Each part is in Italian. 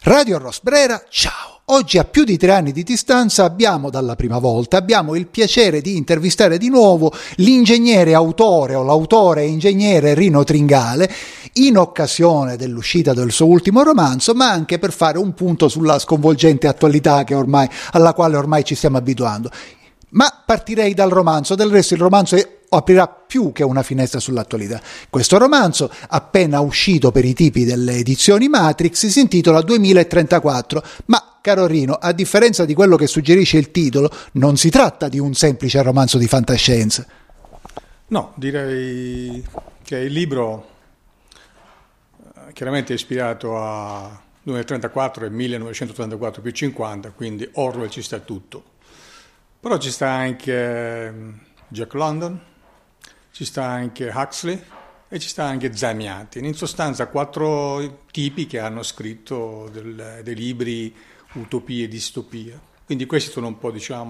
Radio Rosbrera, ciao! Oggi a più di 3 anni di distanza abbiamo il piacere di intervistare di nuovo l'ingegnere autore o l'autore e ingegnere Rino Tringale in occasione dell'uscita del suo ultimo romanzo, ma anche per fare un punto sulla sconvolgente attualità alla quale ormai ci stiamo abituando. Ma partirei dal romanzo, del resto il romanzo aprirà più che una finestra sull'attualità. Questo romanzo, appena uscito per i tipi delle edizioni Matrix, si intitola 2034, ma caro Rino, a differenza di quello che suggerisce il titolo, non si tratta di un semplice romanzo di fantascienza. No, direi che il libro chiaramente è ispirato a 2034 e 1984 più 50, quindi Orwell ci sta tutto. Però ci sta anche Jack London, ci sta anche Huxley e ci sta anche Zamiatin. In sostanza 4 tipi che hanno scritto dei libri utopie e distopie. Quindi questi sono un po',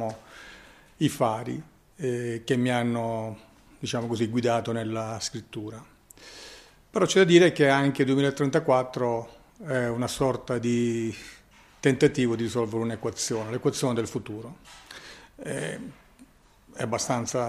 i fari che mi hanno, guidato nella scrittura. Però c'è da dire che anche 2034 è una sorta di tentativo di risolvere un'equazione, l'equazione del futuro. È abbastanza,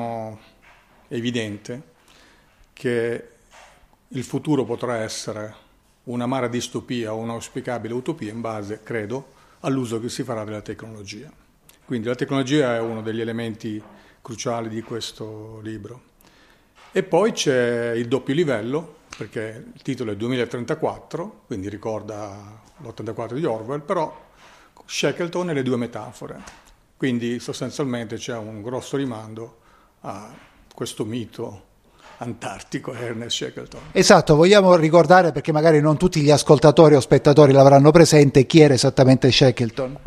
evidente che il futuro potrà essere un'amara distopia o un'auspicabile utopia in base, credo, all'uso che si farà della tecnologia. Quindi la tecnologia è uno degli elementi cruciali di questo libro. E poi c'è il doppio livello, perché il titolo è 2034, quindi ricorda l'84 di Orwell, però Shackleton e le 2 metafore. Quindi sostanzialmente c'è un grosso rimando a questo mito antartico, Ernest Shackleton. Esatto, vogliamo ricordare, perché magari non tutti gli ascoltatori o spettatori l'avranno presente, chi era esattamente Shackleton?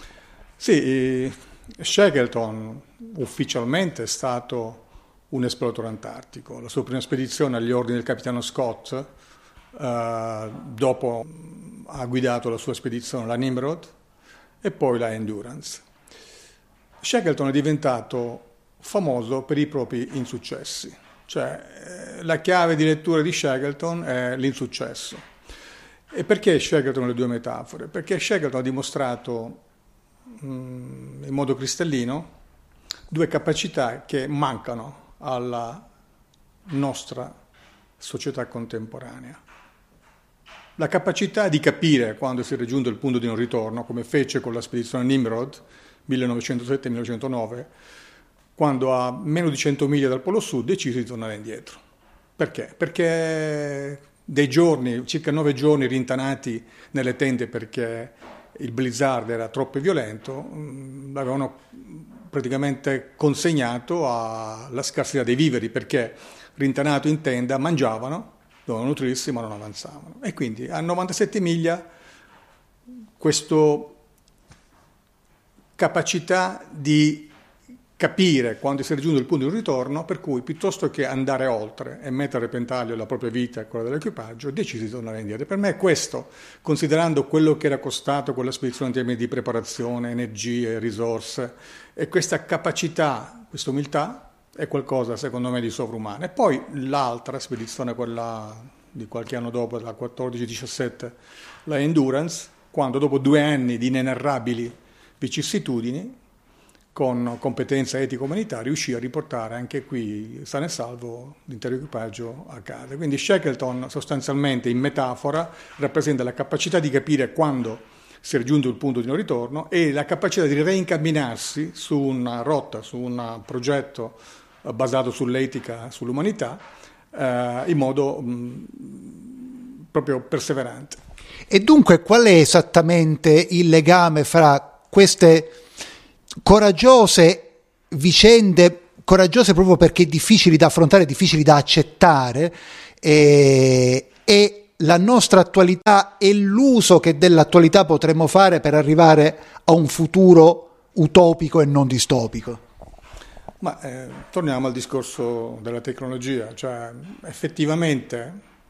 Sì, Shackleton ufficialmente è stato un esploratore antartico. La sua prima spedizione agli ordini del capitano Scott, dopo ha guidato la sua spedizione, la Nimrod, e poi la Endurance. Shackleton è diventato famoso per i propri insuccessi, cioè la chiave di lettura di Shackleton è l'insuccesso. E perché Shackleton le 2 metafore? Perché Shackleton ha dimostrato in modo cristallino 2 capacità che mancano alla nostra società contemporanea. La capacità di capire quando si è raggiunto il punto di non ritorno, come fece con la spedizione Nimrod, 1907-1909, quando a meno di 100 miglia dal Polo Sud decise di tornare indietro. Perché? Perché dei giorni, circa 9 giorni rintanati nelle tende perché il blizzard era troppo violento, l'avevano praticamente consegnato alla scarsità dei viveri, perché rintanato in tenda mangiavano, dovevano nutrirsi ma non avanzavano. E quindi a 97 miglia questo capacità di capire quando si è raggiunto il punto di ritorno, per cui piuttosto che andare oltre e mettere a repentaglio la propria vita e quella dell'equipaggio, decise di tornare indietro. Per me questo, considerando quello che era costato quella spedizione in termini di preparazione, energie, risorse, e questa capacità, questa umiltà, è qualcosa secondo me di sovrumano. E poi l'altra spedizione, quella di qualche anno dopo, la 14-17, la Endurance, quando dopo 2 anni di inenarrabili vicissitudini, con competenza etico-umanitaria, riuscì a riportare anche qui, sano e salvo, l'intero equipaggio a casa. Quindi Shackleton sostanzialmente, in metafora, rappresenta la capacità di capire quando si è raggiunto il punto di non ritorno e la capacità di reincamminarsi su una rotta, su un progetto basato sull'etica, sull'umanità, in modo proprio perseverante. E dunque qual è esattamente il legame fra queste coraggiose vicende, coraggiose proprio perché difficili da affrontare, difficili da accettare, e la nostra attualità e l'uso che dell'attualità potremmo fare per arrivare a un futuro utopico e non distopico? Ma torniamo al discorso della tecnologia, cioè effettivamente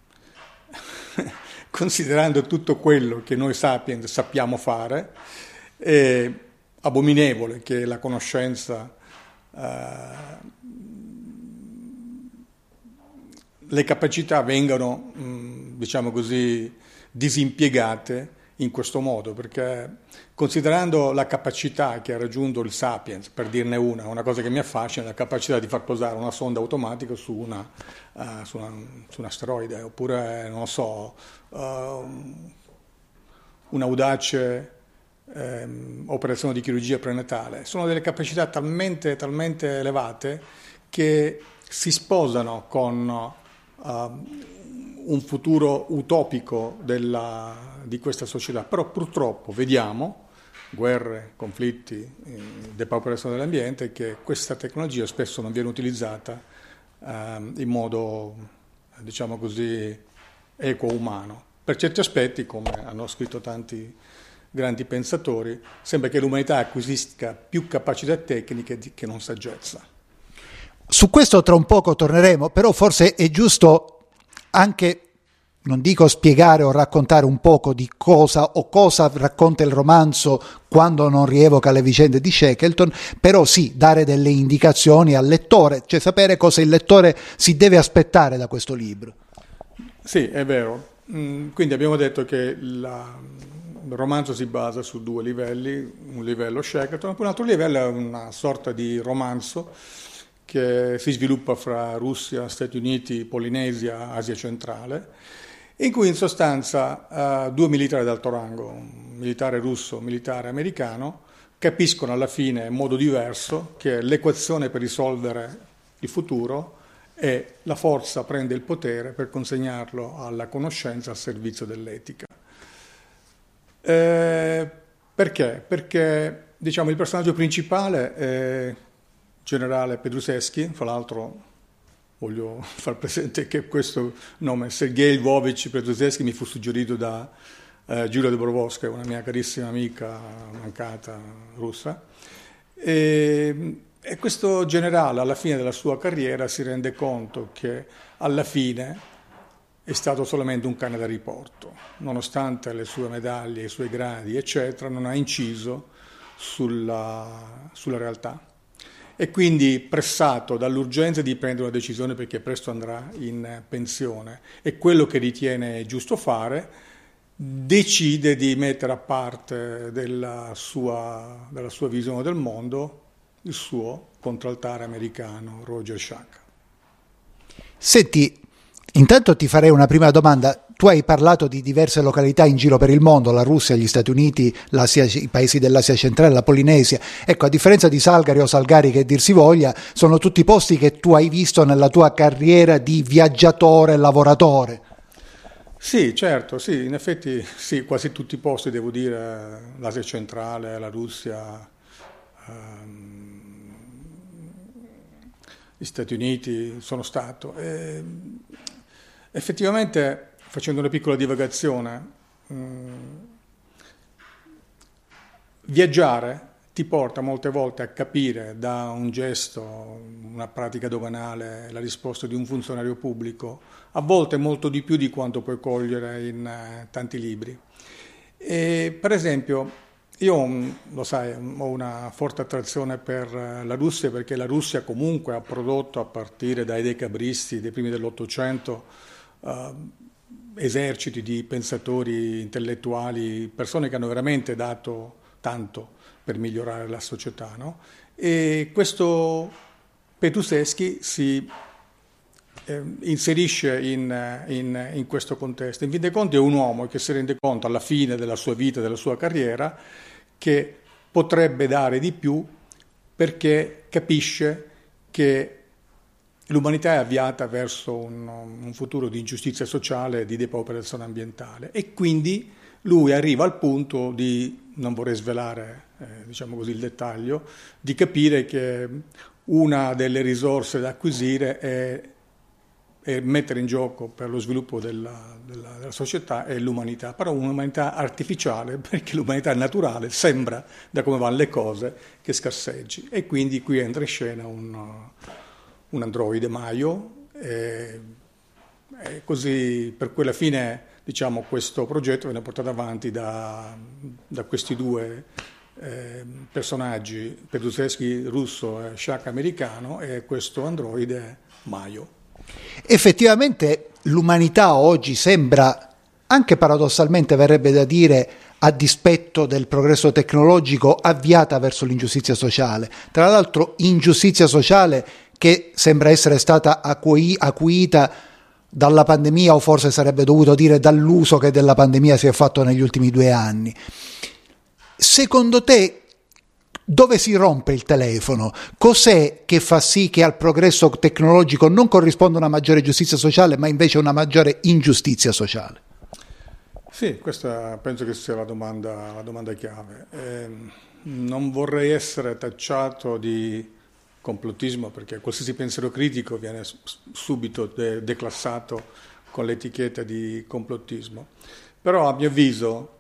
considerando tutto quello che noi sapiens sappiamo fare, è abominevole che la conoscenza, le capacità vengano, diciamo così, disimpiegate in questo modo, perché considerando la capacità che ha raggiunto il Sapiens, per dirne una cosa che mi affascina, la capacità di far posare una sonda automatica su un asteroide, oppure, non lo so, un'audace operazione di chirurgia prenatale, sono delle capacità talmente elevate che si sposano con un futuro utopico di questa società, però purtroppo vediamo guerre, conflitti, depauperazione dell'ambiente, che questa tecnologia spesso non viene utilizzata in modo, diciamo così, equo-umano. Per certi aspetti, come hanno scritto tanti grandi pensatori, sembra che l'umanità acquisisca più capacità tecniche che non saggezza. Su questo tra un poco torneremo, però forse è giusto anche, non dico spiegare o raccontare un poco di cosa racconta il romanzo quando non rievoca le vicende di Shackleton, però sì, dare delle indicazioni al lettore, cioè sapere cosa il lettore si deve aspettare da questo libro. Sì, è vero. Quindi abbiamo detto che il romanzo si basa su due livelli, un livello Shackleton, un altro livello è una sorta di romanzo che si sviluppa fra Russia, Stati Uniti, Polinesia, Asia centrale, in cui in sostanza due militari d'alto rango, un militare russo, un militare americano, capiscono alla fine in modo diverso che l'equazione per risolvere il futuro è la forza prende il potere per consegnarlo alla conoscenza al servizio dell'etica. Perché? Perché diciamo, il personaggio principale è generale Pedruseschi, fra l'altro voglio far presente che questo nome, Sergei Lvovich Pedruseschi, mi fu suggerito da Giulia Dobrovolskaya, una mia carissima amica mancata russa, e questo generale alla fine della sua carriera si rende conto che alla fine è stato solamente un cane da riporto, nonostante le sue medaglie, i suoi gradi, eccetera, non ha inciso sulla realtà. E quindi, pressato dall'urgenza di prendere una decisione perché presto andrà in pensione e quello che ritiene giusto fare, decide di mettere a parte della sua visione del mondo il suo contraltare americano Roger Schack. Senti, intanto ti farei una prima domanda. Tu hai parlato di diverse località in giro per il mondo, la Russia, gli Stati Uniti, l'Asia, i paesi dell'Asia centrale, la Polinesia. Ecco, a differenza di Salgari o Salgari che dir si voglia, sono tutti posti che tu hai visto nella tua carriera di viaggiatore e lavoratore. Sì, certo, sì, in effetti sì, quasi tutti i posti, devo dire, l'Asia centrale, la Russia, gli Stati Uniti sono stato. Effettivamente, facendo una piccola divagazione, viaggiare ti porta molte volte a capire da un gesto, una pratica doganale, la risposta di un funzionario pubblico, a volte molto di più di quanto puoi cogliere in tanti libri. E, per esempio, io, lo sai, ho una forte attrazione per la Russia, perché la Russia comunque ha prodotto, a partire dai decabristi dei primi dell'Ottocento, eserciti di pensatori intellettuali, persone che hanno veramente dato tanto per migliorare la società, no? E questo Pedruseschi si inserisce in questo contesto. In fin dei conti è un uomo che si rende conto alla fine della sua vita, della sua carriera, che potrebbe dare di più perché capisce che l'umanità è avviata verso un futuro di ingiustizia sociale e di depauperazione ambientale, e quindi lui arriva al punto di, non vorrei svelare diciamo così il dettaglio, di capire che una delle risorse da acquisire è mettere in gioco per lo sviluppo della società è l'umanità, però un'umanità artificiale, perché l'umanità naturale sembra, da come vanno le cose, che scarseggi, e quindi qui entra in scena un androide Maio, e così per quella fine, diciamo, questo progetto viene portato avanti da questi due personaggi, Pedruseschi russo e Schack americano, e questo androide Maio. Effettivamente l'umanità oggi sembra anche paradossalmente verrebbe da dire a dispetto del progresso tecnologico, avviata verso l'ingiustizia sociale. Tra l'altro ingiustizia sociale che sembra essere stata acuita dalla pandemia, o forse sarebbe dovuto dire dall'uso che della pandemia si è fatto negli ultimi 2 anni. Secondo te dove si rompe il telefono? Cos'è che fa sì che al progresso tecnologico non corrisponda una maggiore giustizia sociale, ma invece una maggiore ingiustizia sociale? Sì, questa penso che sia la domanda chiave. Non vorrei essere tacciato di complottismo, perché qualsiasi pensiero critico viene subito declassato con l'etichetta di complottismo. Però a mio avviso,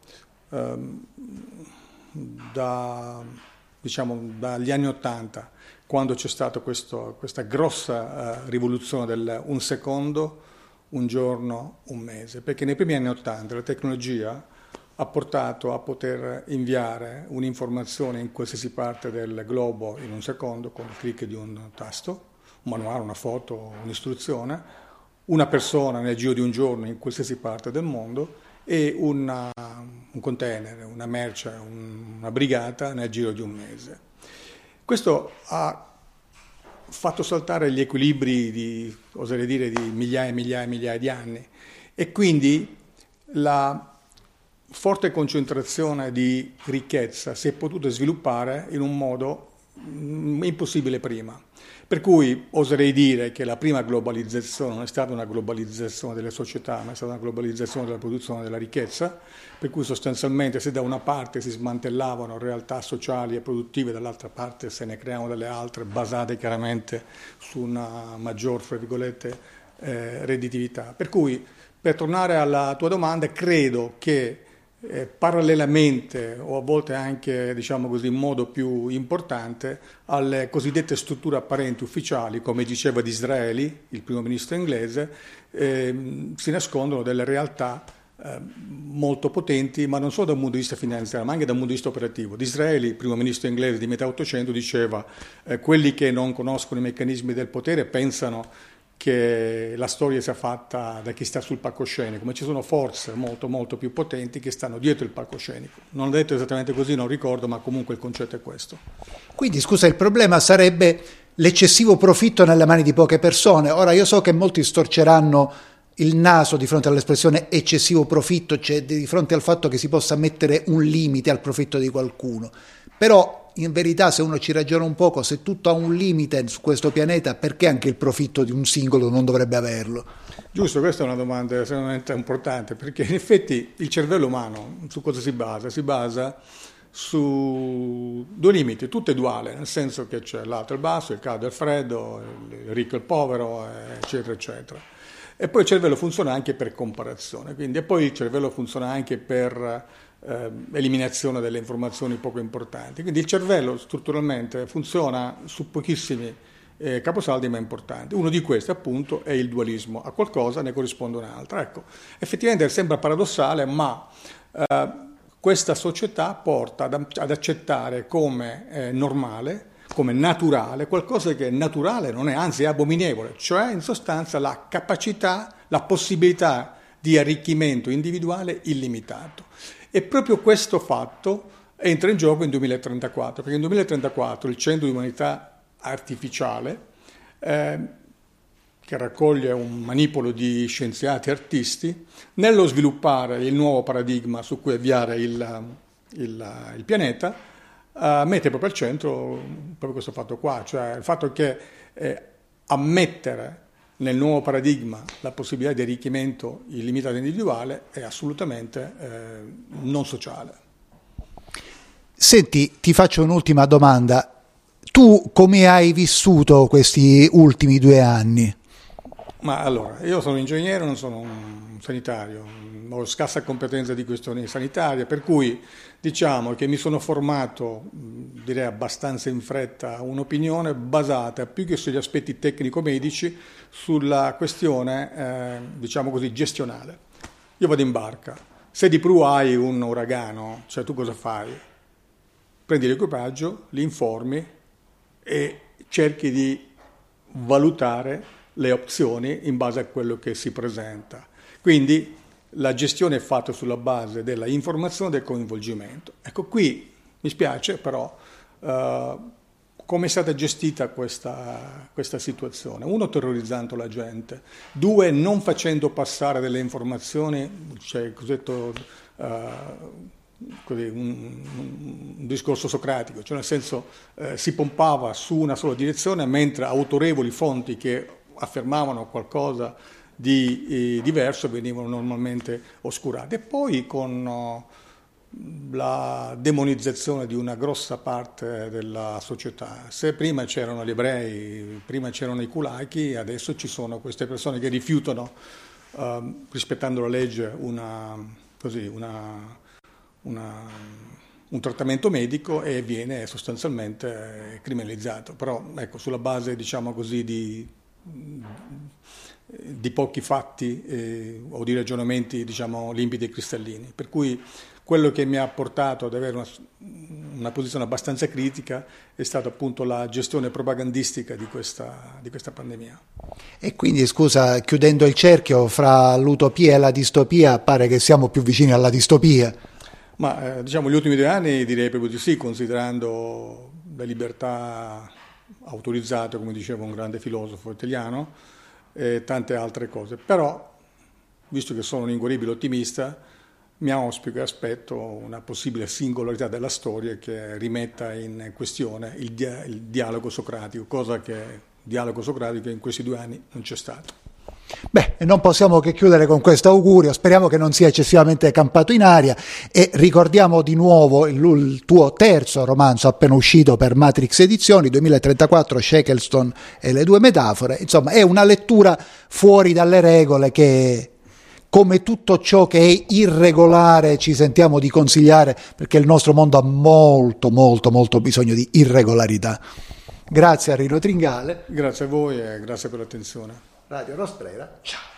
dagli anni '80, quando c'è stata questa grossa rivoluzione del un secondo, un giorno, un mese, perché nei primi anni '80 la tecnologia ha portato a poter inviare un'informazione in qualsiasi parte del globo in un secondo con il click di un tasto, un manuale, una foto, un'istruzione, una persona nel giro di un giorno in qualsiasi parte del mondo e un container, una merce, una brigata nel giro di un mese. Questo ha fatto saltare gli equilibri oserei dire, di migliaia e migliaia e migliaia di anni, e quindi la forte concentrazione di ricchezza si è potuta sviluppare in un modo impossibile prima. Per cui oserei dire che la prima globalizzazione non è stata una globalizzazione delle società, ma è stata una globalizzazione della produzione della ricchezza, per cui sostanzialmente se da una parte si smantellavano realtà sociali e produttive, dall'altra parte se ne creavano delle altre basate chiaramente su una maggior, fra virgolette, redditività. Per cui, per tornare alla tua domanda, credo che parallelamente o a volte anche diciamo così in modo più importante alle cosiddette strutture apparenti ufficiali, come diceva Disraeli, il primo ministro inglese, si nascondono delle realtà molto potenti, ma non solo dal punto di vista finanziario ma anche dal punto di vista operativo. Disraeli, il primo ministro inglese di metà Ottocento, diceva quelli che non conoscono i meccanismi del potere pensano che la storia sia fatta da chi sta sul palcoscenico, ma ci sono forze molto molto più potenti che stanno dietro il palcoscenico. Non ho detto esattamente così, non ricordo, ma comunque il concetto è questo. Quindi scusa, il problema sarebbe l'eccessivo profitto nelle mani di poche persone. Ora io so che molti storceranno il naso di fronte all'espressione eccessivo profitto, cioè di fronte al fatto che si possa mettere un limite al profitto di qualcuno, però in verità se uno ci ragiona un poco, se tutto ha un limite su questo pianeta, perché anche il profitto di un singolo non dovrebbe averlo? Giusto, questa è una domanda estremamente importante, perché in effetti il cervello umano su cosa si basa? Si basa su 2 limiti, tutto è duale, nel senso che c'è l'alto e il basso, il caldo e il freddo, il ricco e il povero, eccetera, eccetera. E poi il cervello funziona anche per comparazione, quindi, e poi il cervello funziona anche per eliminazione delle informazioni poco importanti. Quindi il cervello strutturalmente funziona su pochissimi caposaldi ma importanti. Uno di questi appunto è il dualismo, a qualcosa ne corrisponde un'altra. Ecco, effettivamente sembra paradossale, ma questa società porta ad accettare come normale, come naturale, qualcosa che naturale non è, anzi è abominevole, cioè in sostanza la capacità, la possibilità di arricchimento individuale illimitato. E proprio questo fatto entra in gioco in 2034, perché in 2034 il Centro di Umanità Artificiale, che raccoglie un manipolo di scienziati e artisti, nello sviluppare il nuovo paradigma su cui avviare il pianeta, mette proprio al centro proprio questo fatto qua, cioè il fatto che ammettere nel nuovo paradigma la possibilità di arricchimento illimitato individuale è assolutamente non sociale. Senti, ti faccio un'ultima domanda. Tu come hai vissuto questi ultimi 2 anni? Ma allora, io sono ingegnere, non sono un sanitario, ho scarsa competenza di questioni sanitarie, per cui diciamo che mi sono formato, direi abbastanza in fretta, un'opinione basata più che sugli aspetti tecnico-medici sulla questione, diciamo così, gestionale. Io vado in barca, se di più hai un uragano, cioè tu cosa fai? Prendi l'equipaggio, li informi e cerchi di valutare le opzioni in base a quello che si presenta. Quindi la gestione è fatta sulla base della informazione e del coinvolgimento. Ecco, qui mi spiace però come è stata gestita questa situazione. Uno, terrorizzando la gente. Due, non facendo passare delle informazioni, cioè il cosiddetto un discorso socratico, cioè nel senso si pompava su una sola direzione, mentre autorevoli fonti che affermavano qualcosa di diverso venivano normalmente oscurate. E poi con la demonizzazione di una grossa parte della società. Se prima c'erano gli ebrei, prima c'erano i kulaki, adesso ci sono queste persone che rifiutano, rispettando la legge, un trattamento medico, e viene sostanzialmente criminalizzato. Però ecco, sulla base, diciamo così, di pochi fatti o di ragionamenti, diciamo, limpidi e cristallini. Per cui quello che mi ha portato ad avere una posizione abbastanza critica è stata appunto la gestione propagandistica di questa pandemia. E quindi, scusa, chiudendo il cerchio fra l'utopia e la distopia, pare che siamo più vicini alla distopia. Ma diciamo, gli ultimi 2 anni direi proprio di sì, considerando le libertà autorizzate, come diceva un grande filosofo italiano, e tante altre cose. Però, visto che sono un inguaribile ottimista, mi auspico e aspetto una possibile singolarità della storia che rimetta in questione il dialogo socratico, cosa che dialogo socratico in questi 2 anni non c'è stato. Beh, non possiamo che chiudere con questo augurio, speriamo che non sia eccessivamente campato in aria, e ricordiamo di nuovo il tuo terzo romanzo appena uscito per Matrix Edizioni, 2034, Shackleton e le 2 metafore. Insomma, è una lettura fuori dalle regole che, come tutto ciò che è irregolare, ci sentiamo di consigliare, perché il nostro mondo ha molto bisogno di irregolarità. Grazie a Rino Tringale. Grazie a voi e grazie per l'attenzione. Radio Rosprera, ciao.